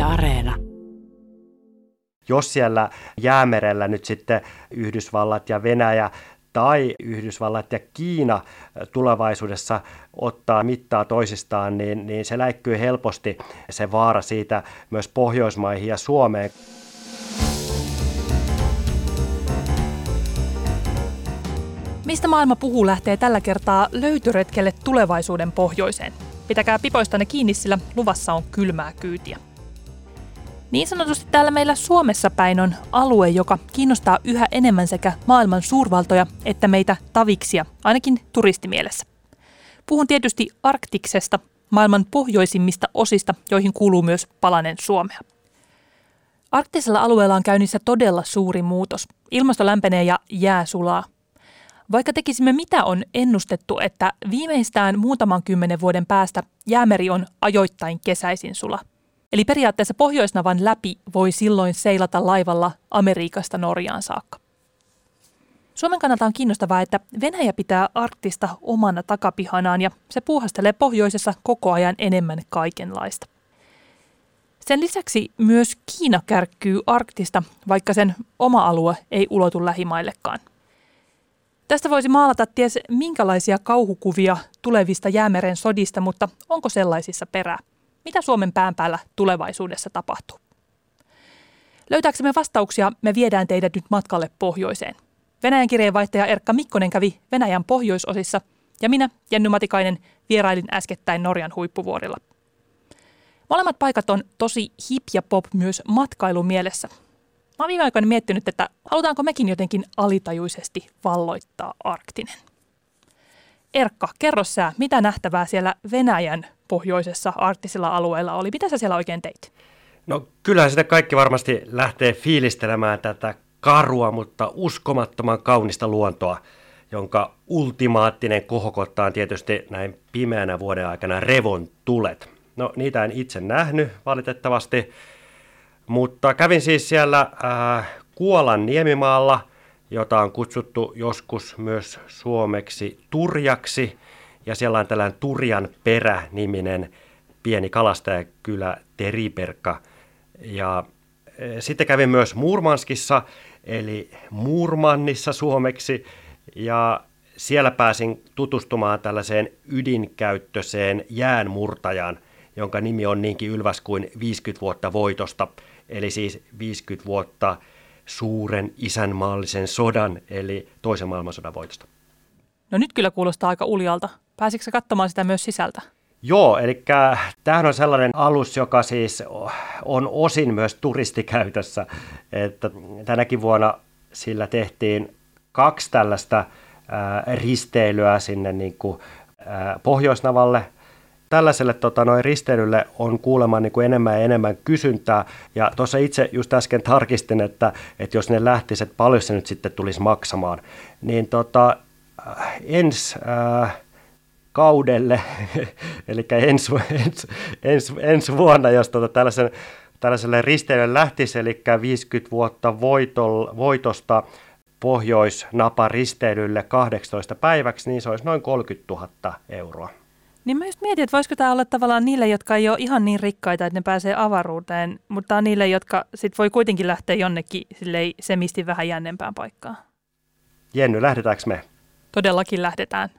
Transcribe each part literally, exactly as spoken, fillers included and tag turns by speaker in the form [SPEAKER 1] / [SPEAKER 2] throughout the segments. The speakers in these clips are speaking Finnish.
[SPEAKER 1] Areena.
[SPEAKER 2] Jos siellä Jäämerellä nyt sitten Yhdysvallat ja Venäjä tai Yhdysvallat ja Kiina tulevaisuudessa ottaa mittaa toisistaan, niin, niin se läikkyy helposti se vaara siitä myös Pohjoismaihin ja Suomeen.
[SPEAKER 3] Mistä maailma puhuu lähtee tällä kertaa löytöretkelle tulevaisuuden pohjoiseen. Pitäkää pipoistanne kiinni, sillä luvassa on kylmää kyytiä. Niin sanotusti täällä meillä Suomessa päin on alue, joka kiinnostaa yhä enemmän sekä maailman suurvaltoja että meitä taviksia, ainakin turistimielessä. Puhun tietysti Arktiksesta, maailman pohjoisimmista osista, joihin kuuluu myös palanen Suomea. Arktisella alueella on käynnissä todella suuri muutos. Ilmasto lämpenee ja jää sulaa. Vaikka tekisimme mitä on ennustettu, että viimeistään muutaman kymmenen vuoden päästä Jäämeri on ajoittain kesäisin sula. Eli periaatteessa Pohjoisnavan läpi voi silloin seilata laivalla Amerikasta Norjaan saakka. Suomen kannalta on kiinnostavaa, että Venäjä pitää Arktista omana takapihanaan ja se puuhastelee pohjoisessa koko ajan enemmän kaikenlaista. Sen lisäksi myös Kiina kärkkyy Arktista, vaikka sen oma alue ei ulotu lähimaillekaan. Tästä voisi maalata ties minkälaisia kauhukuvia tulevista Jäämeren sodista, mutta onko sellaisissa perää? Mitä Suomen pään päällä tulevaisuudessa tapahtuu? Löytääksemme vastauksia me viedään teidät nyt matkalle pohjoiseen. Venäjän kirjeenvaihtaja Erkka Mikkonen kävi Venäjän pohjoisosissa ja minä, Jenny Matikainen, vierailin äskettäin Norjan huippuvuorilla. Molemmat paikat on tosi hip ja pop myös matkailumielessä. Mä oon viime aikoina miettinyt, että halutaanko mekin jotenkin alitajuisesti valloittaa Arktinen. Erkka, kerro sä, mitä nähtävää siellä Venäjän pohjoisessa arktisilla alueilla oli? Mitä sä siellä oikein teit?
[SPEAKER 2] No kyllähän sitä kaikki varmasti lähtee fiilistelemään tätä karua, mutta uskomattoman kaunista luontoa, jonka ultimaattinen kohokotta on tietysti näin pimeänä vuoden aikana revontulet. No niitä en itse nähnyt valitettavasti, mutta kävin siis siellä äh, Kuolan niemimaalla, jota on kutsuttu joskus myös suomeksi Turjaksi, ja siellä on tällainen Turjan perä-niminen pieni kalastajakylä Teriperka. Ja e, sitten kävin myös Murmanskissa, eli Murmannissa suomeksi, ja siellä pääsin tutustumaan tällaiseen ydinkäyttöiseen jäänmurtajaan, jonka nimi on niinkin ylväs kuin viisikymmentä vuotta voitosta, eli siis viisikymmentä vuotta suuren isänmaallisen sodan, eli toisen maailmansodan voitosta.
[SPEAKER 3] No nyt kyllä kuulostaa aika uljalta. Pääsitkö sä katsomaan sitä myös sisältä?
[SPEAKER 2] Joo, eli tämähän on sellainen alus, joka siis on osin myös turistikäytössä. Että tänäkin vuonna sillä tehtiin kaksi tällaista ää, risteilyä sinne niin kuin, ää, Pohjoisnavalle. Tällaiselle tota, noin risteilylle on kuulemma niin kuin enemmän ja enemmän kysyntää. Ja tuossa itse just äsken tarkistin, että, että jos ne lähtisi, että paljon se nyt sitten tulisi maksamaan. Niin tota, ensi äh, kaudelle, eli ensi, ensi, ensi, ensi vuonna, jos tota tällaisen, tällaiselle risteilylle lähtisi, eli viisikymmentä vuotta voitol, voitosta Pohjoisnapa risteilylle kahdeksantoista päiväksi, niin se olisi noin kolmekymmentätuhatta euroa.
[SPEAKER 3] Niin mä just mietin, että voisiko tämä olla tavallaan niille, jotka ei ole ihan niin rikkaita, että ne pääsee avaruuteen, mutta niille, jotka sit voi kuitenkin lähteä jonnekin silleen semisti vähän jännempään paikkaan.
[SPEAKER 2] Jenny, lähdetäänkö me?
[SPEAKER 3] Todellakin lähdetään.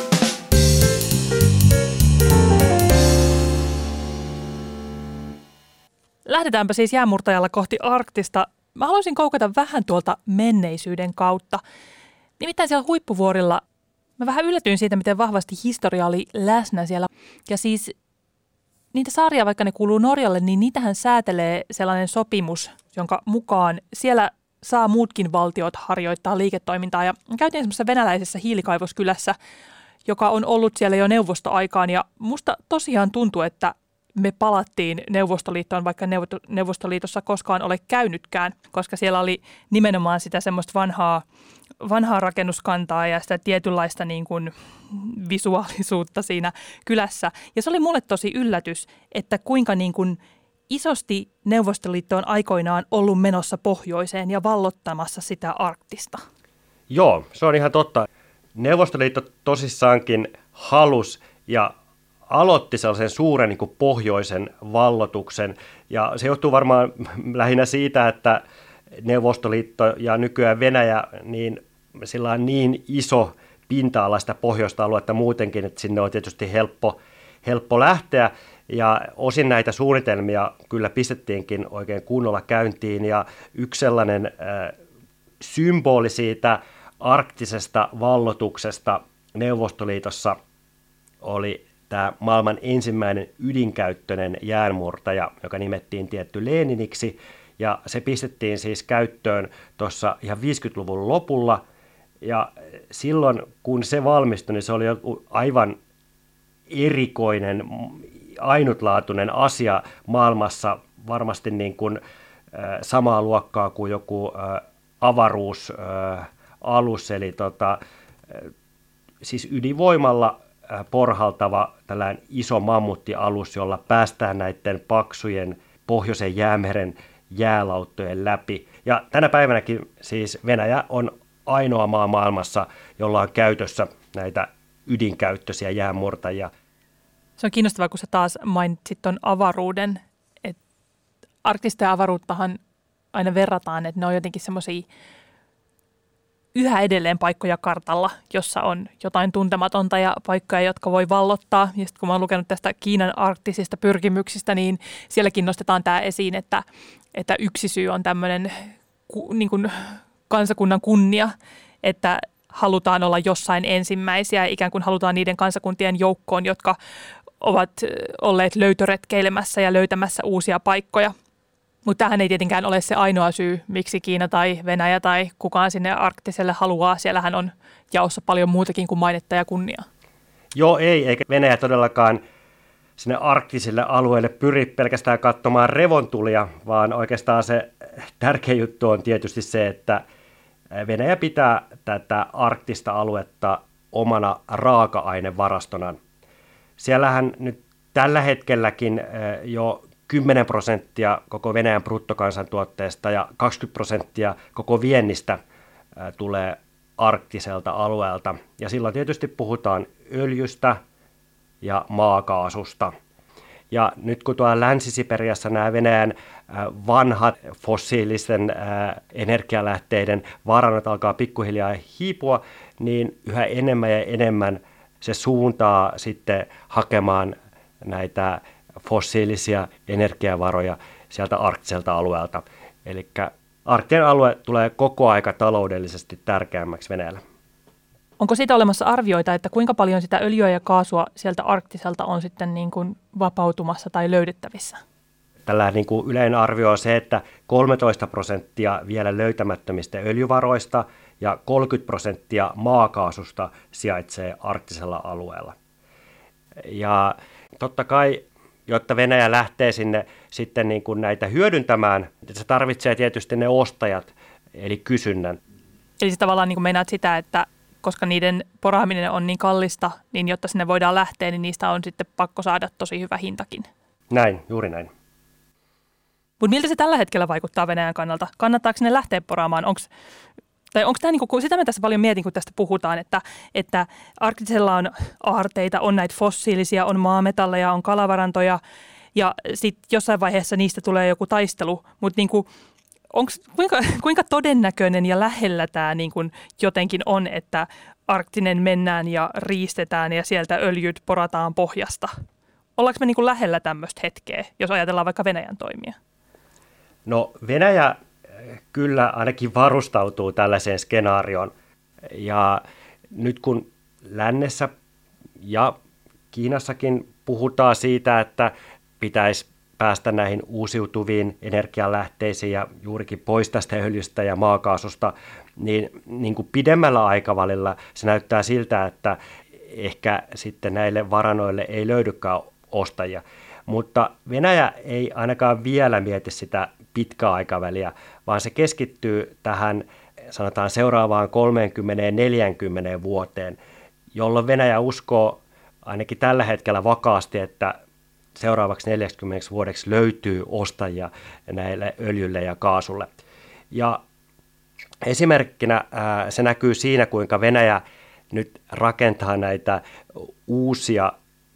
[SPEAKER 3] Lähdetäänpä siis jäänmurtajalla kohti Arktista. Mä haluaisin koukata vähän tuolta menneisyyden kautta. Nimittäin siellä huippuvuorilla mä vähän yllätyin siitä, miten vahvasti historia oli läsnä siellä. Ja siis niitä saaria, vaikka ne kuuluu Norjalle, niin niitähän säätelee sellainen sopimus, jonka mukaan siellä saa muutkin valtiot harjoittaa liiketoimintaa. Ja käytiin semmoisessa venäläisessä hiilikaivoskylässä, joka on ollut siellä jo neuvostoaikaan. Ja musta tosiaan tuntuu, että me palattiin Neuvostoliittoon, vaikka Neuvostoliitossa koskaan ole käynytkään, koska siellä oli nimenomaan sitä semmoista vanhaa, vanhaa rakennuskantaa ja sitä tietynlaista niin kuin visuaalisuutta siinä kylässä. Ja se oli mulle tosi yllätys, että kuinka niin kuin isosti Neuvostoliitto on aikoinaan ollut menossa pohjoiseen ja vallottamassa sitä Arktista.
[SPEAKER 2] Joo, se on ihan totta. Neuvostoliitto tosissaankin halusi ja aloitti sellaisen suuren niin kuin pohjoisen vallotuksen, ja se johtuu varmaan lähinnä siitä, että Neuvostoliitto ja nykyään Venäjä, niin sillä on niin iso pinta-ala sitä pohjoista aluetta muutenkin, että sinne on tietysti helppo, helppo lähteä, ja osin näitä suunnitelmia kyllä pistettiinkin oikein kunnolla käyntiin, ja yksi sellainen äh, symboli siitä arktisesta vallotuksesta Neuvostoliitossa oli tämä maailman ensimmäinen ydinkäyttöinen jäänmurtaja, joka nimettiin tietty Leniniksi, ja se pistettiin siis käyttöön tuossa ihan viisikymmentäluvun lopulla, ja silloin kun se valmistui, niin se oli joku aivan erikoinen, ainutlaatuinen asia maailmassa, varmasti niin kuin, äh, samaa luokkaa kuin joku äh, avaruusalus, eli tota, äh, siis ydinvoimalla äh, porhaltava tällainen iso mammuttialus, jolla päästään näiden paksujen Pohjoisen jäämeren jäälauttojen läpi. Ja tänä päivänäkin siis Venäjä on ainoa maa maailmassa, jolla on käytössä näitä ydinkäyttöisiä jäänmurtajia.
[SPEAKER 3] Se on kiinnostavaa, kun sä taas mainitsit tuon avaruuden. Et arktista ja avaruuttahan aina verrataan, että ne on jotenkin semmoisia yhä edelleen paikkoja kartalla, jossa on jotain tuntematonta ja paikkoja, jotka voi vallottaa. Ja sitten kun mä oon lukenut tästä Kiinan arktisista pyrkimyksistä, niin sielläkin nostetaan tämä esiin, että, että yksi syy on tämmöinen niin kuin kansakunnan kunnia, että halutaan olla jossain ensimmäisiä, ikään kuin halutaan niiden kansakuntien joukkoon, jotka ovat olleet löytöretkeilemässä ja löytämässä uusia paikkoja. Mutta tämähän ei tietenkään ole se ainoa syy, miksi Kiina tai Venäjä tai kukaan sinne arktiselle haluaa. Siellähän on jaossa paljon muutakin kuin mainetta ja kunniaa.
[SPEAKER 2] Joo, ei, eikä Venäjä todellakaan sinne arktisille alueille pyri pelkästään katsomaan revontulia, vaan oikeastaan se tärkeä juttu on tietysti se, että Venäjä pitää tätä arktista aluetta omana raaka-ainevarastona. Siellähän nyt tällä hetkelläkin jo kymmenen prosenttia koko Venäjän bruttokansantuotteesta ja kaksikymmentä prosenttia koko viennistä tulee arktiselta alueelta. Ja silloin tietysti puhutaan öljystä ja maakaasusta. Ja nyt kun tuolla Länsi-Siperiassa nämä Venäjän vanhat fossiilisten energialähteiden varannot alkaa pikkuhiljaa hiipua, niin yhä enemmän ja enemmän se suuntaa sitten hakemaan näitä fossiilisia energiavaroja sieltä arktiselta alueelta. Eli arktinen alue tulee koko aika taloudellisesti tärkeämmäksi Venäjällä.
[SPEAKER 3] Onko siitä olemassa arvioita, että kuinka paljon sitä öljyä ja kaasua sieltä arktiselta on sitten niin kuin vapautumassa tai löydettävissä?
[SPEAKER 2] Tällä niin kuin yleinen arvio on se, että kolmetoista prosenttia vielä löytämättömistä öljyvaroista ja kolmekymmentä prosenttia maakaasusta sijaitsee arktisella alueella. Ja totta kai, jotta Venäjä lähtee sinne sitten niin kuin näitä hyödyntämään, se tarvitsee tietysti ne ostajat, eli kysynnän.
[SPEAKER 3] Eli se tavallaan niin kuin meinaat sitä, että koska niiden poraaminen on niin kallista, niin jotta sinne voidaan lähteä, niin niistä on sitten pakko saada tosi hyvä hintakin.
[SPEAKER 2] Näin, juuri näin.
[SPEAKER 3] Mutta miltä se tällä hetkellä vaikuttaa Venäjän kannalta? Kannattaako ne lähteä poraamaan? Onks, tai onko tämä, niinku, sitä mä tässä paljon mietin, kun tästä puhutaan, että, että arktisella on aarteita, on näitä fossiilisia, on maametalleja, on kalavarantoja, ja sitten jossain vaiheessa niistä tulee joku taistelu, mutta niinku, onks, kuinka, kuinka todennäköinen ja lähellä tämä niinku jotenkin on, että arktinen mennään ja riistetään ja sieltä öljyt porataan pohjasta? Ollaanko me niinku lähellä tämmöistä hetkeä, jos ajatellaan vaikka Venäjän toimia?
[SPEAKER 2] No Venäjä kyllä ainakin varustautuu tällaiseen skenaarioon. Ja nyt kun lännessä ja Kiinassakin puhutaan siitä, että pitäisi päästä näihin uusiutuviin energialähteisiin ja juurikin pois tästä öljystä ja maakaasusta, niin, niin kuin pidemmällä aikavälillä se näyttää siltä, että ehkä sitten näille varannoille ei löydykään ostajia. Mutta Venäjä ei ainakaan vielä mieti sitä pitkää aikaväliä, vaan se keskittyy tähän sanotaan seuraavaan kolmekymmentä neljäkymmentä vuoteen, jolloin Venäjä uskoo ainakin tällä hetkellä vakaasti, että seuraavaksi neljäkymmentä vuodeksi löytyy ostajia näille öljylle ja kaasulle. Ja esimerkkinä ää, se näkyy siinä, kuinka Venäjä nyt rakentaa näitä uusia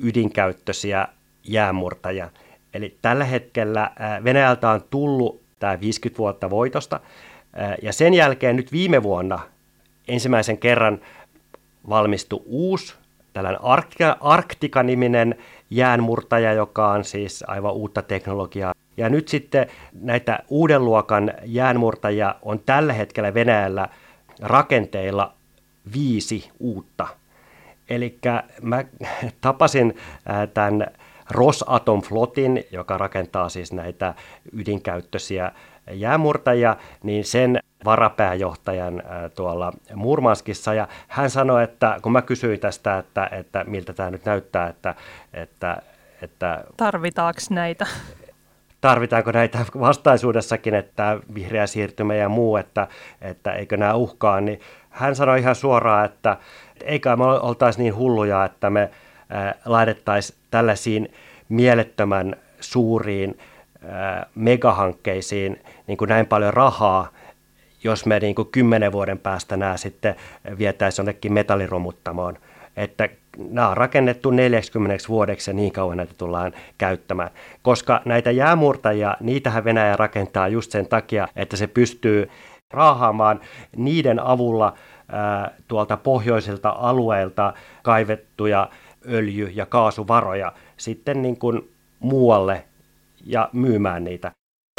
[SPEAKER 2] ydinkäyttöisiä jäänmurtajia. Eli tällä hetkellä Venäjältä on tullut tämä viisikymmentä vuotta voitosta, ja sen jälkeen nyt viime vuonna ensimmäisen kerran valmistui uusi tällainen Arktika-niminen jäänmurtaja, joka on siis aivan uutta teknologiaa. Ja nyt sitten näitä uuden luokan jäänmurtajia on tällä hetkellä Venäjällä rakenteilla viisi uutta. Eli mä tapasin tämän Rosatom-flotin, joka rakentaa siis näitä ydinkäyttöisiä jäänmurtajia, niin sen varapääjohtajan tuolla Murmanskissa, ja hän sanoi, että kun mä kysyin tästä, että, että miltä tämä nyt näyttää, että, että, että
[SPEAKER 3] tarvitaanko näitä?
[SPEAKER 2] Tarvitaanko näitä vastaisuudessakin, että vihreä siirtymä ja muu, että, että eikö nämä uhkaa, niin hän sanoi ihan suoraan, että eikä me oltaisi niin hulluja, että me ää, laitettaisiin tällaisiin mielettömän suuriin ää, megahankkeisiin niin kuin näin paljon rahaa, jos me niin kuin kymmenen vuoden päästä nämä sitten vietäisiin jonnekin metalliromuttamoon. Että nämä on rakennettu neljäkymmentä vuodeksi ja niin kauan näitä tullaan käyttämään. Koska näitä jäämurtajia, niitähän Venäjä rakentaa just sen takia, että se pystyy raahaamaan niiden avulla ää, tuolta pohjoisilta alueilta kaivettuja öljy- ja kaasuvaroja sitten niin kuin muualle ja myymään niitä.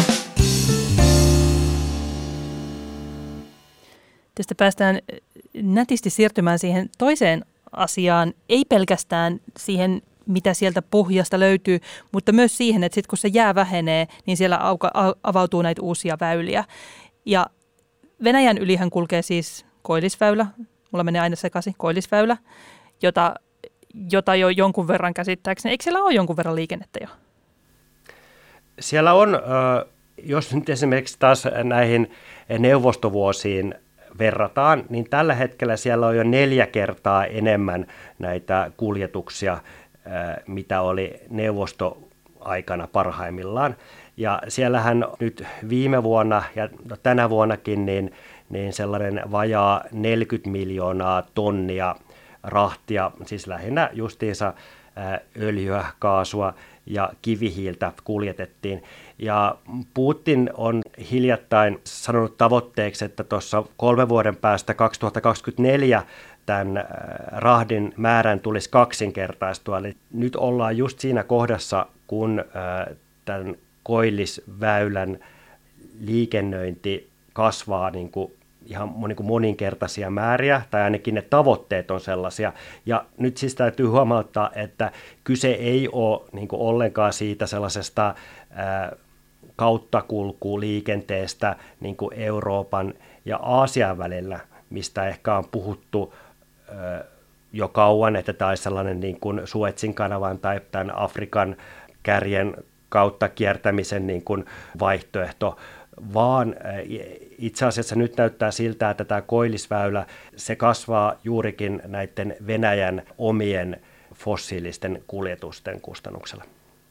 [SPEAKER 3] Tästä päästään nätisti siirtymään siihen toiseen asiaan, ei pelkästään siihen, mitä sieltä pohjasta löytyy, mutta myös siihen, että sitten kun se jää vähenee, niin siellä avautuu näitä uusia väyliä. Ja Venäjän ylihän kulkee siis Koillisväylä, mulla menee aina sekaisin, Koillisväylä, jota, jota jo jonkun verran käsittääkseni. Eikö siellä ole jonkun verran liikennettä jo?
[SPEAKER 2] Siellä on, jos nyt esimerkiksi taas näihin neuvostovuosiin verrataan, niin tällä hetkellä siellä on jo neljä kertaa enemmän näitä kuljetuksia, mitä oli neuvostoaikana parhaimmillaan. Ja siellähän nyt viime vuonna ja tänä vuonnakin niin, niin sellainen vajaa neljäkymmentä miljoonaa tonnia rahtia, siis lähinnä justiinsa öljyä, kaasua ja kivihiiltä kuljetettiin. Ja Putin on hiljattain sanonut tavoitteeksi, että tuossa kolmen vuoden päästä kaksituhattakaksikymmentäneljä tämän rahdin määrän tulisi kaksinkertaistua. Eli nyt ollaan just siinä kohdassa, kun tämän Koillisväylän liikennöinti kasvaa niin kuin ihan niin kuin moninkertaisia määriä, tai ainakin ne tavoitteet on sellaisia. Ja nyt siis täytyy huomauttaa, että kyse ei ole niin kuin ollenkaan siitä sellaisesta ää, kauttakulkuliikenteestä niin kuin Euroopan ja Aasian välillä, mistä ehkä on puhuttu ää, jo kauan, että tämä olisi sellainen niin kuin Suezin kanavan tai tämän Afrikan kärjen kautta kiertämisen niin kuin vaihtoehto, vaan itse asiassa nyt näyttää siltä, että tämä Koillisväylä, se kasvaa juurikin näiden Venäjän omien fossiilisten kuljetusten kustannuksella.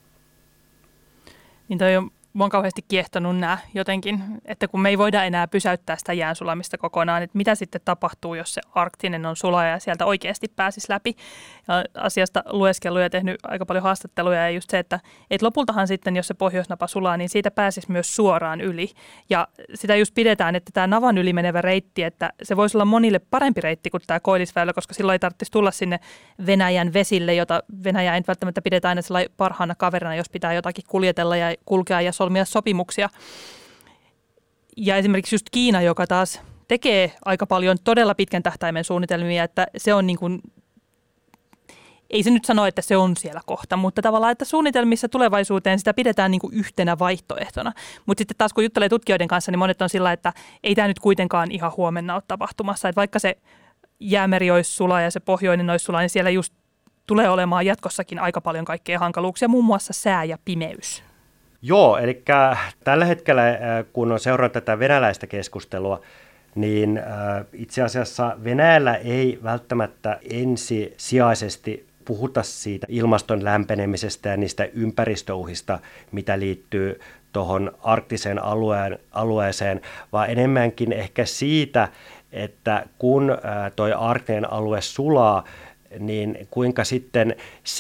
[SPEAKER 3] Niin toi on, mä oon kauheasti kiehtonut nämä jotenkin, että kun me ei voida enää pysäyttää sitä jään sulamista kokonaan, että mitä sitten tapahtuu, jos se arktinen on sula ja sieltä oikeasti pääsisi läpi. Ja asiasta lueskellut ja tehnyt aika paljon haastatteluja ja just se, että, että lopultahan sitten, jos se pohjoisnapa sulaa, niin siitä pääsisi myös suoraan yli. Ja sitä just pidetään, että tämä navan yli menevä reitti, että se voisi olla monille parempi reitti kuin tämä Koillisväylä, koska silloin ei tarvitsisi tulla sinne Venäjän vesille, jota Venäjä ei välttämättä pidetä aina sellainen parhaana kaverina, jos pitää jotakin kuljetella ja kulkea ja solmia sopimuksia. Ja esimerkiksi just Kiina, joka taas tekee aika paljon todella pitkän tähtäimen suunnitelmia, että se on niin kuin, ei se nyt sano, että se on siellä kohta, mutta tavallaan, että suunnitelmissa tulevaisuuteen sitä pidetään niin kuin yhtenä vaihtoehtona. Mutta sitten taas kun juttelee tutkijoiden kanssa, niin monet on sillä, että ei tämä nyt kuitenkaan ihan huomenna ole tapahtumassa. Että vaikka se Jäämeri olisi sula ja se pohjoinen olisi sula, niin siellä just tulee olemaan jatkossakin aika paljon kaikkea hankaluuksia, muun muassa sää ja pimeys.
[SPEAKER 2] Joo, eli tällä hetkellä, kun on seurannut tätä venäläistä keskustelua, niin itse asiassa Venäjällä ei välttämättä ensisijaisesti puhuta siitä ilmaston lämpenemisestä ja niistä ympäristöuhista, mitä liittyy tuohon arktiseen alueen, alueeseen, vaan enemmänkin ehkä siitä, että kun toi arktinen alue sulaa, niin kuinka sitten se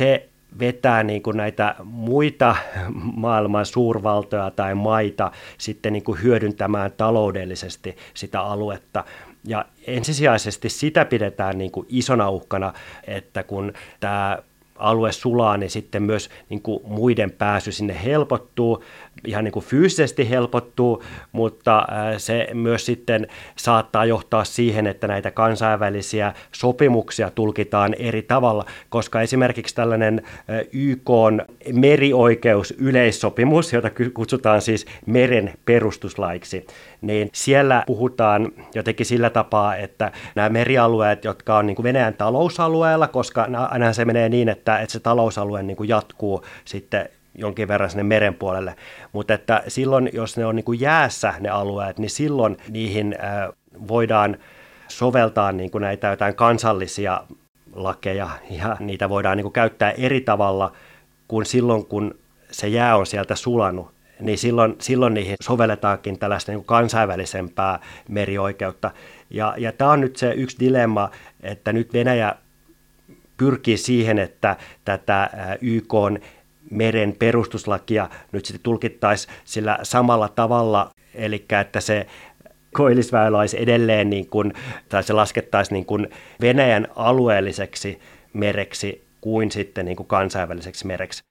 [SPEAKER 2] vetää niin kuin näitä muita maailman suurvaltoja tai maita sitten niin kuin hyödyntämään taloudellisesti sitä aluetta. Ja ensisijaisesti sitä pidetään niin kuin isona uhkana, että kun tämä alue sulaa, niin sitten myös niin kuin muiden pääsy sinne helpottuu, ihan niin kuin fyysisesti helpottuu, mutta se myös sitten saattaa johtaa siihen, että näitä kansainvälisiä sopimuksia tulkitaan eri tavalla, koska esimerkiksi tällainen Y K:n merioikeusyleissopimus, jota kutsutaan siis meren perustuslaiksi, niin siellä puhutaan jotenkin sillä tapaa, että nämä merialueet, jotka on niin kuin Venäjän talousalueella, koska aina se menee niin, että, että se talousalue niin kuin jatkuu sitten jonkin verran sinne meren puolelle, mutta että silloin, jos ne on niin kuin jäässä ne alueet, niin silloin niihin äh, voidaan soveltaa niin kuin näitä jotain kansallisia lakeja, ja niitä voidaan niin kuin käyttää eri tavalla kuin silloin, kun se jää on sieltä sulanut, niin silloin, silloin niihin sovelletaankin tällaista niin kuin kansainvälisempää merioikeutta. Ja, ja tämä on nyt se yksi dilemma, että nyt Venäjä pyrkii siihen, että tätä Y K:n meren perustuslakia nyt sitten tulkittaisiin sillä samalla tavalla, eli että se Koillisväylä olisi edelleen, niin kuin, tai se laskettaisiin niin kuin Venäjän alueelliseksi mereksi kuin sitten niin kuin kansainväliseksi mereksi.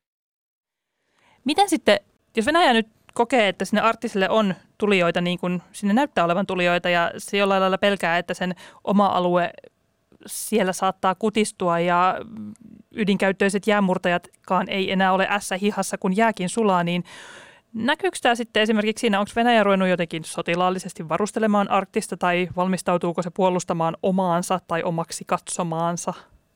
[SPEAKER 3] Miten sitten, jos Venäjä nyt kokee, että sinne arktiselle on tulijoita, niin kuin sinne näyttää olevan tulijoita, ja se jollain lailla pelkää, että sen oma alue siellä saattaa kutistua ja ydinkäyttöiset jäänmurtajatkaan ei enää ole ässä hihassa, kun jääkin sulaa, niin näkyykö tämä sitten esimerkiksi siinä, onko Venäjä ruvennut jotenkin sotilaallisesti varustelemaan arktista tai valmistautuuko se puolustamaan omaansa tai omaksi katsomaansa?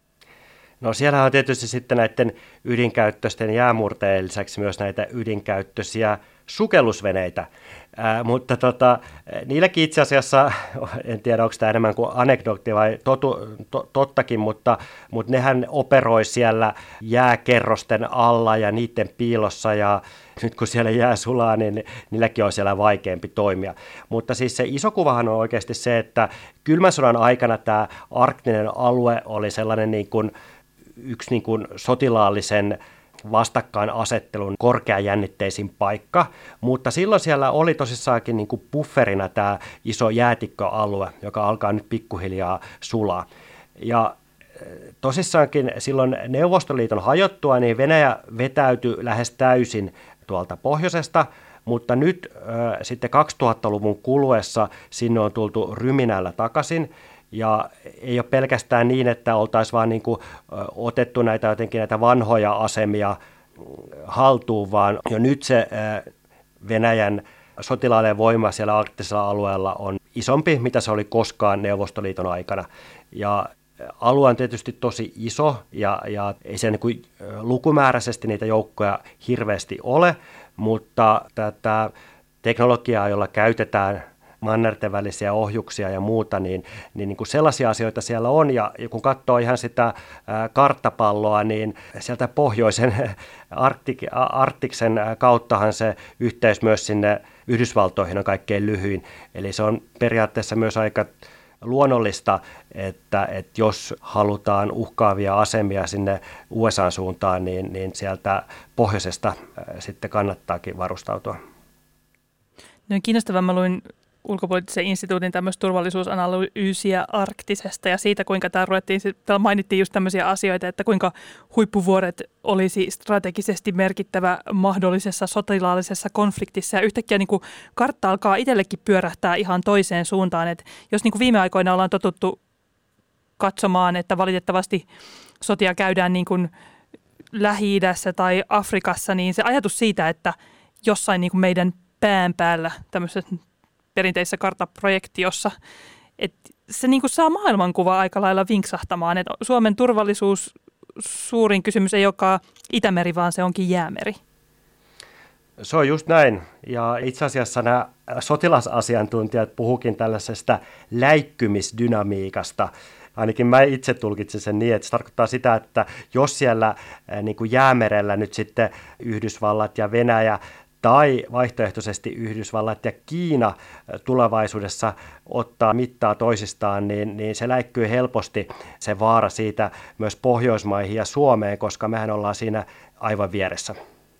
[SPEAKER 2] No siellä on tietysti sitten näiden ydinkäyttöisten jäämurtajien lisäksi myös näitä ydinkäyttöisiä sukellusveneitä, Ää, mutta tota, niilläkin itse asiassa, en tiedä onko tämä enemmän kuin anekdootti vai totu, to, tottakin, mutta, mutta nehän operoi siellä jääkerrosten alla ja niiden piilossa, ja nyt kun siellä jää sulaa, niin niilläkin on siellä vaikeampi toimia. Mutta siis se iso kuvahan on oikeasti se, että kylmän sodan aikana tämä arktinen alue oli sellainen niin kuin yksi niin kuin sotilaallisen vastakkainasettelun korkeajännitteisin paikka, mutta silloin siellä oli tosissaankin niin kuin bufferina tämä iso jäätikköalue, joka alkaa nyt pikkuhiljaa sulaa. Ja tosissaankin silloin Neuvostoliiton hajottua, niin Venäjä vetäytyi lähes täysin tuolta pohjoisesta, mutta nyt äh, sitten kaksituhattaluvun kuluessa sinne on tultu ryminällä takaisin. Ja ei ole pelkästään niin, että oltaisiin vaan niin kuin otettu näitä, jotenkin näitä vanhoja asemia haltuun, vaan jo nyt se Venäjän sotilaallinen voima siellä arktisella alueella on isompi, mitä se oli koskaan Neuvostoliiton aikana. Ja alue on tietysti tosi iso ja, ja ei se niin kuin lukumääräisesti niitä joukkoja hirveästi ole, mutta tätä teknologiaa, jolla käytetään mannerten välisiä ohjuksia ja muuta, niin, niin, niin kuin sellaisia asioita siellä on, ja, ja kun katsoo ihan sitä ää, karttapalloa, niin sieltä pohjoisen Arktik, Arktiksen kauttahan se yhteys myös sinne Yhdysvaltoihin on kaikkein lyhyin, eli se on periaatteessa myös aika luonnollista, että, että jos halutaan uhkaavia asemia sinne U S A:n suuntaan, niin, niin sieltä pohjoisesta ää, sitten kannattaakin varustautua.
[SPEAKER 3] No, kiinnostavaa, mä luin Ulkopoliittisen instituutin tämmöistä turvallisuusanalyysiä arktisesta ja siitä, kuinka täällä ruvettiin, täällä mainittiin just tämmöisiä asioita, että kuinka huippuvuoret olisi strategisesti merkittävä mahdollisessa sotilaallisessa konfliktissa, ja yhtäkkiä niin kuin kartta alkaa itsellekin pyörähtää ihan toiseen suuntaan, että jos niin kuin viime aikoina ollaan totuttu katsomaan, että valitettavasti sotia käydään niin kuin Lähi-idässä tai Afrikassa, niin se ajatus siitä, että jossain niin kuin meidän pään päällä tämmöisessä perinteisessä karttaprojektiossa, että se niin kuin saa maailmankuvaa aika lailla vinksahtamaan, että Suomen turvallisuus suurin kysymys ei olekaan Itämeri, vaan se onkin Jäämeri.
[SPEAKER 2] Se on just näin, ja itse asiassa nämä sotilasasiantuntijat puhukin tällaisesta läikkymisdynamiikasta. Ainakin mä itse tulkitsen sen niin, että se tarkoittaa sitä, että jos siellä niin kuin Jäämerellä nyt sitten Yhdysvallat ja Venäjä tai vaihtoehtoisesti Yhdysvallat ja Kiina tulevaisuudessa ottaa mittaa toisistaan, niin, niin se läikkyy helposti se vaara siitä myös Pohjoismaihin ja Suomeen, koska mehän ollaan siinä aivan vieressä.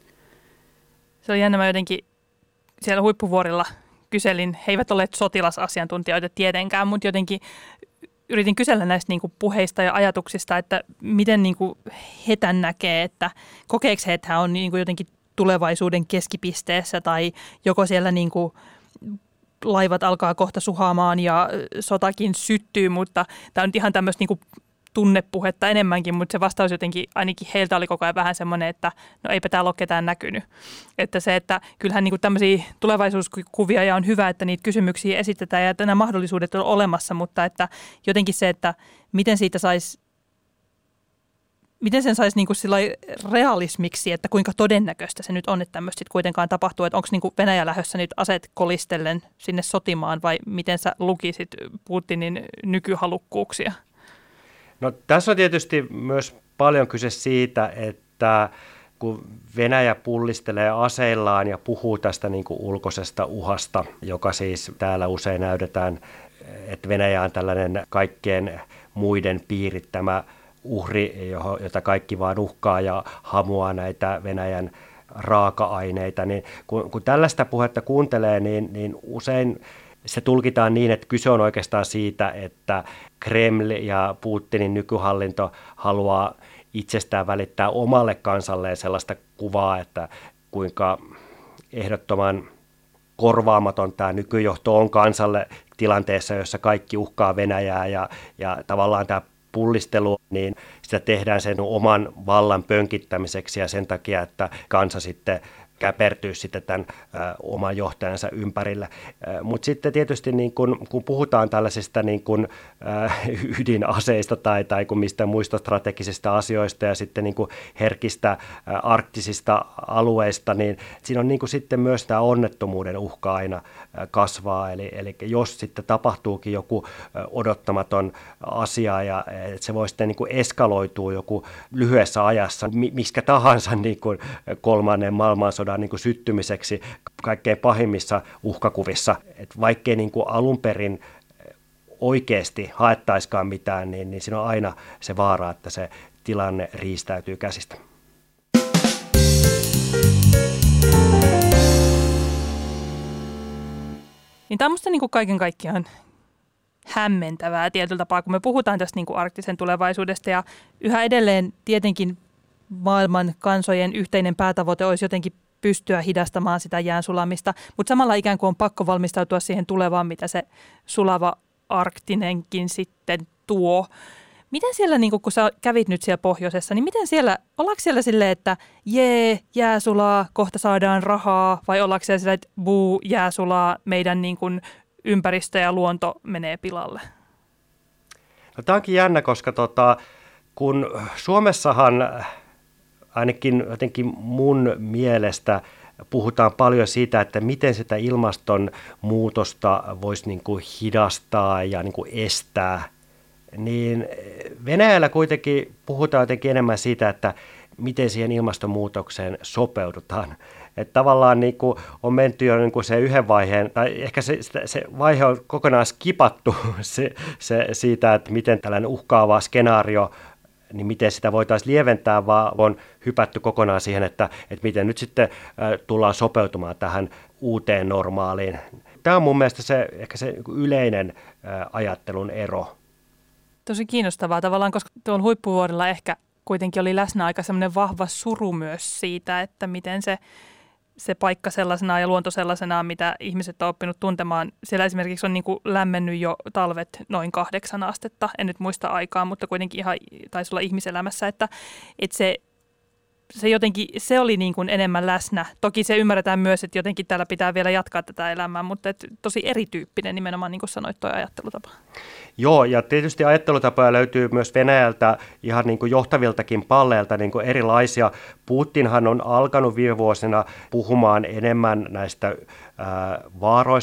[SPEAKER 3] Se on jännä, mä jotenkin siellä huippuvuorilla kyselin, he eivät olleet sotilasasiantuntijoita tietenkään, mutta jotenkin yritin kysellä näistä niin kuin puheista ja ajatuksista, että miten niin kuin he tämän näkee, että kokeeko he, että hän on niin kuin jotenkin tulevaisuuden keskipisteessä tai joko siellä niin kuin laivat alkaa kohta suhaamaan ja sotakin syttyy, mutta tämä on nyt ihan tämmöistä niin kuin tunnepuhetta enemmänkin, mutta se vastaus jotenkin ainakin heiltä oli koko ajan vähän semmoinen, että no eipä täällä ole ketään näkynyt. Että se, että kyllähän niin kuin tämmöisiä tulevaisuuskuvia ja on hyvä, että niitä kysymyksiä esitetään ja että nämä mahdollisuudet on olemassa, mutta että jotenkin se, että miten siitä saisi, miten sen saisi niin kuin sillai realismiksi, että kuinka todennäköistä se nyt on, että tämmöistä sitten kuitenkaan tapahtuu, että onko niin kuin Venäjä lähdössä nyt aseet kolistellen sinne sotimaan vai miten sä lukisit Putinin nykyhalukkuuksia?
[SPEAKER 2] No, tässä on tietysti myös paljon kyse siitä, että kun Venäjä pullistelee aseillaan ja puhuu tästä niin kuin ulkoisesta uhasta, joka siis täällä usein näytetään, että Venäjä on tällainen kaikkien muiden piirittämä uhri, jota kaikki vaan uhkaa ja hamuaa näitä Venäjän raaka-aineita, niin kun, kun tällaista puhetta kuuntelee, niin, niin usein se tulkitaan niin, että kyse on oikeastaan siitä, että Kreml ja Putinin nykyhallinto haluaa itsestään välittää omalle kansalleen sellaista kuvaa, että kuinka ehdottoman korvaamaton tämä nykyjohto on kansalle tilanteessa, jossa kaikki uhkaa Venäjää ja, ja tavallaan tämä pullistelu, niin sitä tehdään sen oman vallan pönkittämiseksi ja sen takia, että kansa sitten käpertyy sitten tämän ä, oman johtajansa ympärillä. Mutta sitten tietysti niin kun, kun puhutaan tällaisista niin kun, ä, ydinaseista tai, tai kun mistä muista strategisista asioista ja sitten niin kun herkistä ä, arktisista alueista, niin siinä on niin kun sitten myös tämä onnettomuuden uhka aina ä, kasvaa. Eli, eli jos sitten tapahtuukin joku ä, odottamaton asia ja et se voi sitten niin kun eskaloitua joku lyhyessä ajassa, miskä tahansa niin kun kolmannen maailmansodan niin kuin syttymiseksi kaikkein pahimmissa uhkakuvissa. Et vaikkei niin kuin alun perin oikeasti haettaiskaan mitään, niin, niin siinä on aina se vaara, että se tilanne riistäytyy käsistä.
[SPEAKER 3] Niin tämä on musta niin kuin kaiken kaikkiaan hämmentävää tietyllä tapaa, kun me puhutaan tästä niin kuin arktisen tulevaisuudesta ja yhä edelleen tietenkin maailman kansojen yhteinen päätavoite olisi jotenkin pystyä hidastamaan sitä jään sulamista, mutta samalla ikään kuin on pakko valmistautua siihen tulevaan, mitä se sulava arktinenkin sitten tuo. Miten siellä, niin kun sä kävit nyt siellä pohjoisessa, niin miten siellä, ollaanko siellä silleen, että jee, jää sulaa, kohta saadaan rahaa, vai ollaanko siellä silleen, että buu, jää sulaa, meidän niin kun ympäristö ja luonto menee pilalle?
[SPEAKER 2] No, tämä onkin jännä, koska tota, kun Suomessahan ainakin jotenkin mun mielestä puhutaan paljon siitä, että miten sitä ilmastonmuutosta voisi niin kuin hidastaa ja niin kuin estää, niin Venäjällä kuitenkin puhutaan jotenkin enemmän siitä, että miten siihen ilmastonmuutokseen sopeudutaan. Että tavallaan niin kuin on menty jo niin kuin se yhden vaiheen, tai ehkä se, se vaihe on kokonaan skipattu se, se, siitä, että miten tällainen uhkaava skenaario, niin miten sitä voitaisiin lieventää, vaan on hypätty kokonaan siihen, että, että miten nyt sitten tullaan sopeutumaan tähän uuteen normaaliin. Tämä on mun mielestä se, ehkä se yleinen ajattelun ero.
[SPEAKER 3] Tosi kiinnostavaa tavallaan, koska tuolla huippuvuorilla ehkä kuitenkin oli läsnä aika semmoinen vahva suru myös siitä, että miten se, se paikka sellaisenaan ja luonto sellaisenaan, mitä ihmiset on oppinut tuntemaan. Siellä esimerkiksi on niin kuin lämmennyt jo talvet noin kahdeksan astetta, en nyt muista aikaa, mutta kuitenkin ihan taisi olla ihmiselämässä, että, että se, se jotenkin, se oli niin kuin enemmän läsnä. Toki se ymmärretään myös, että jotenkin täällä pitää vielä jatkaa tätä elämää, mutta et tosi erityyppinen nimenomaan, niin kuin sanoit, tuo ajattelutapa.
[SPEAKER 2] Joo, ja tietysti ajattelutapoja löytyy myös Venäjältä ihan niin kuin johtaviltakin palleilta niin kuin erilaisia. Putinhan on alkanut viime vuosina puhumaan enemmän näistä ää, vaaroista,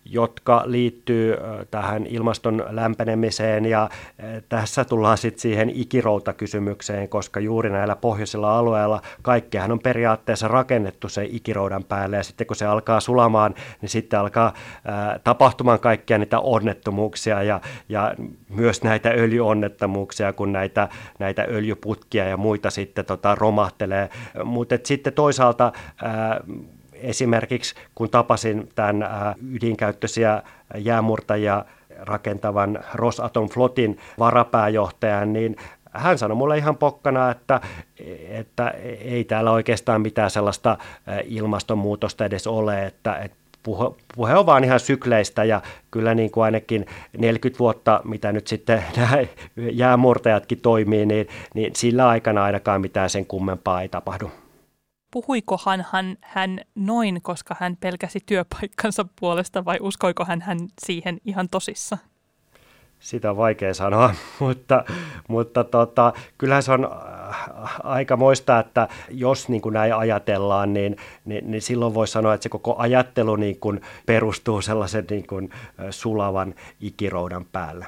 [SPEAKER 2] jotka liittyy tähän ilmaston lämpenemiseen, ja tässä tullaan sitten siihen ikiroutakysymykseen, koska juuri näillä pohjoisilla alueilla kaikkihan on periaatteessa rakennettu se ikiroudan päälle, ja sitten kun se alkaa sulamaan, niin sitten alkaa ää, tapahtumaan kaikkia niitä onnettomuuksia ja, ja myös näitä öljyonnettomuuksia, kun näitä, näitä öljyputkia ja muita sitten tota, romahtelee, mutta sitten toisaalta ää, esimerkiksi kun tapasin tämän ydinkäyttöisiä jäämurtajia rakentavan Rosatom-flotin varapääjohtajan, niin hän sanoi mulle ihan pokkana, että, että ei täällä oikeastaan mitään sellaista ilmastonmuutosta edes ole, että, että puhe on vaan ihan sykleistä, ja kyllä niin kuin ainakin neljäkymmentä vuotta, mitä nyt sitten nämä jäämurtajatkin toimii, niin, niin sillä aikana ainakaan mitään sen kummempaa ei tapahdu.
[SPEAKER 3] Puhuikohan hän, hän noin, koska hän pelkäsi työpaikkansa puolesta, vai uskoiko hän, hän siihen ihan tosissa?
[SPEAKER 2] Sitä on vaikea sanoa, mutta, mutta tota, kyllähän se on aika muistaa, että jos niin kuin näin ajatellaan, niin, niin, niin silloin voi sanoa, että se koko ajattelu niin kuin perustuu sellaisen niin kuin sulavan ikiroudan päälle.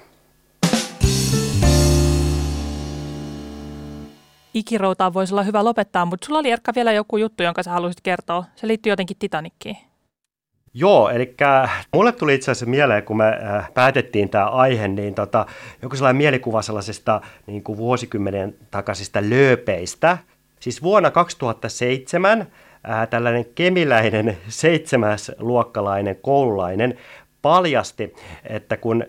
[SPEAKER 3] Ikiroutaan voisi olla hyvä lopettaa, mutta sulla oli Erkka vielä joku juttu, jonka sä haluaisit kertoa. Se liittyy jotenkin Titanickiin.
[SPEAKER 2] Joo, eli mulle tuli itse asiassa mieleen, kun me päätettiin tämä aihe, niin tota, joku sellainen mielikuva sellaisista niin kuin vuosikymmenen takaisista lööpeistä. Siis vuonna kaksituhattaseitsemän ää, tällainen kemiläinen seitsemäsluokkalainen koululainen paljasti, että kun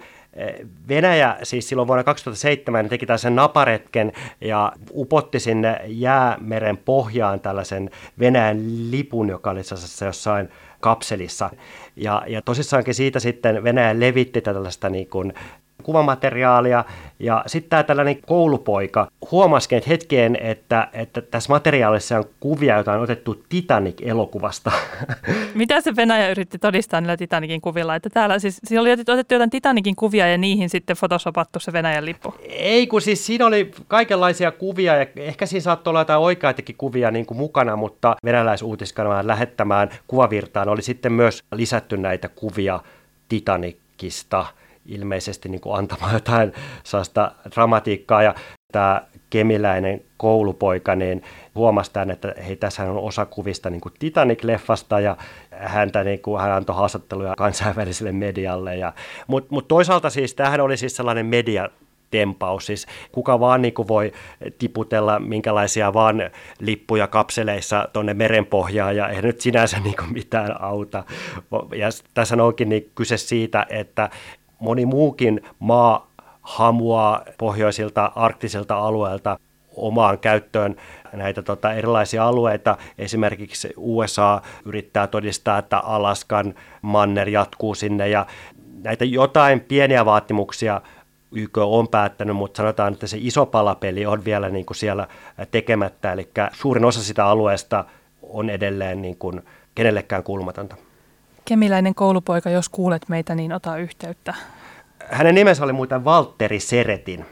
[SPEAKER 2] Venäjä siis silloin vuonna kaksituhattaseitsemän teki tällaisen naparetken ja upotti sinne Jäämeren pohjaan tällaisen Venäjän lipun, joka oli jossain kapselissa. Ja, ja tosissaankin siitä sitten Venäjä levitti tällaista niin kuin kuvamateriaalia, ja sitten tämä tällainen koulupoika huomasikin että hetkeen, että, että tässä materiaalissa on kuvia, joita on otettu Titanic-elokuvasta.
[SPEAKER 3] Mitä se Venäjä yritti todistaa niillä Titanicin kuvilla? Että täällä siis siinä oli otettu jotain Titanicin kuvia ja niihin sitten photoshopattu se Venäjän lippu.
[SPEAKER 2] Ei, kun siis siinä oli kaikenlaisia kuvia ja ehkä siinä saattoi olla jotain oikeitakin kuvia niin kuin mukana, mutta venäläisuutiskanavan lähettämään kuvavirtaan oli sitten myös lisätty näitä kuvia Titanicista, ilmeisesti niin kuin antamaan jotain sellaista dramatiikkaa, ja tämä kemiläinen koulupoika niin huomasi tämän, että hei, tässä on osa kuvista niin kuin Titanic-leffasta, ja häntä, niin kuin, hän antoi haastatteluja kansainväliselle medialle. Mutta mut toisaalta siis tämähän oli siis sellainen mediatempaus, siis kuka vaan niin kuin voi tiputella minkälaisia vaan lippuja kapseleissa tuonne merenpohjaan, ja ei nyt sinänsä niin kuin mitään auta. Ja tässä onkin niin kyse siitä, että moni muukin maa hamuaa pohjoisilta arktisilta alueilta omaan käyttöön näitä tota, erilaisia alueita. Esimerkiksi U S A yrittää todistaa, että Alaskan manner jatkuu sinne, ja näitä jotain pieniä vaatimuksia Y K on päättänyt, mutta sanotaan, että se iso palapeli on vielä niin kuin siellä tekemättä, eli suurin osa sitä alueesta on edelleen niin kuin kenellekään kuulumatonta.
[SPEAKER 3] Kemiläinen koulupoika, jos kuulet meitä, niin ota yhteyttä.
[SPEAKER 2] Hänen nimensä oli muuten Valtteri Seretin.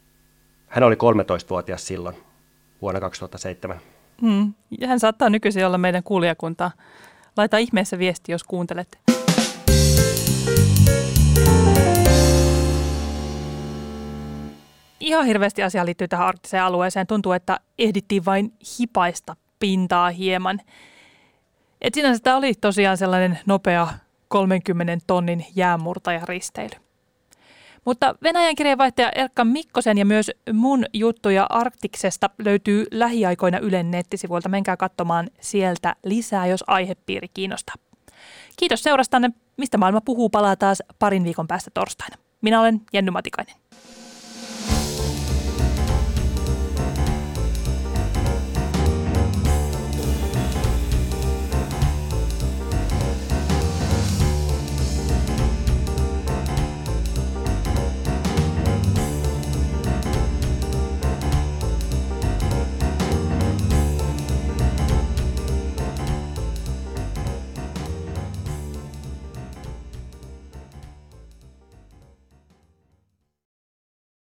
[SPEAKER 2] Hän oli kolmetoistavuotias silloin, vuonna kaksituhattaseitsemän.
[SPEAKER 3] Hmm. Hän saattaa nykyisin olla meidän kuulijakuntaa. Laita ihmeessä viesti, jos kuuntelet. Ihan hirveästi asia liittyy tähän arktiseen alueeseen. Tuntuu, että ehdittiin vain hipaista pintaa hieman. Et sinänsä tämä oli tosiaan sellainen nopea kolmenkymmenen tonnin jäänmurtajaristeily. Mutta Venäjän kirjeenvaihtaja Erkka Mikkosen ja myös mun juttuja Arktiksesta löytyy lähiaikoina Ylen nettisivuilta. Menkää katsomaan sieltä lisää, jos aihepiiri kiinnostaa. Kiitos seurastanne. Mistä maailma puhuu palaa taas parin viikon päästä torstaina. Minä olen Jenny Matikainen.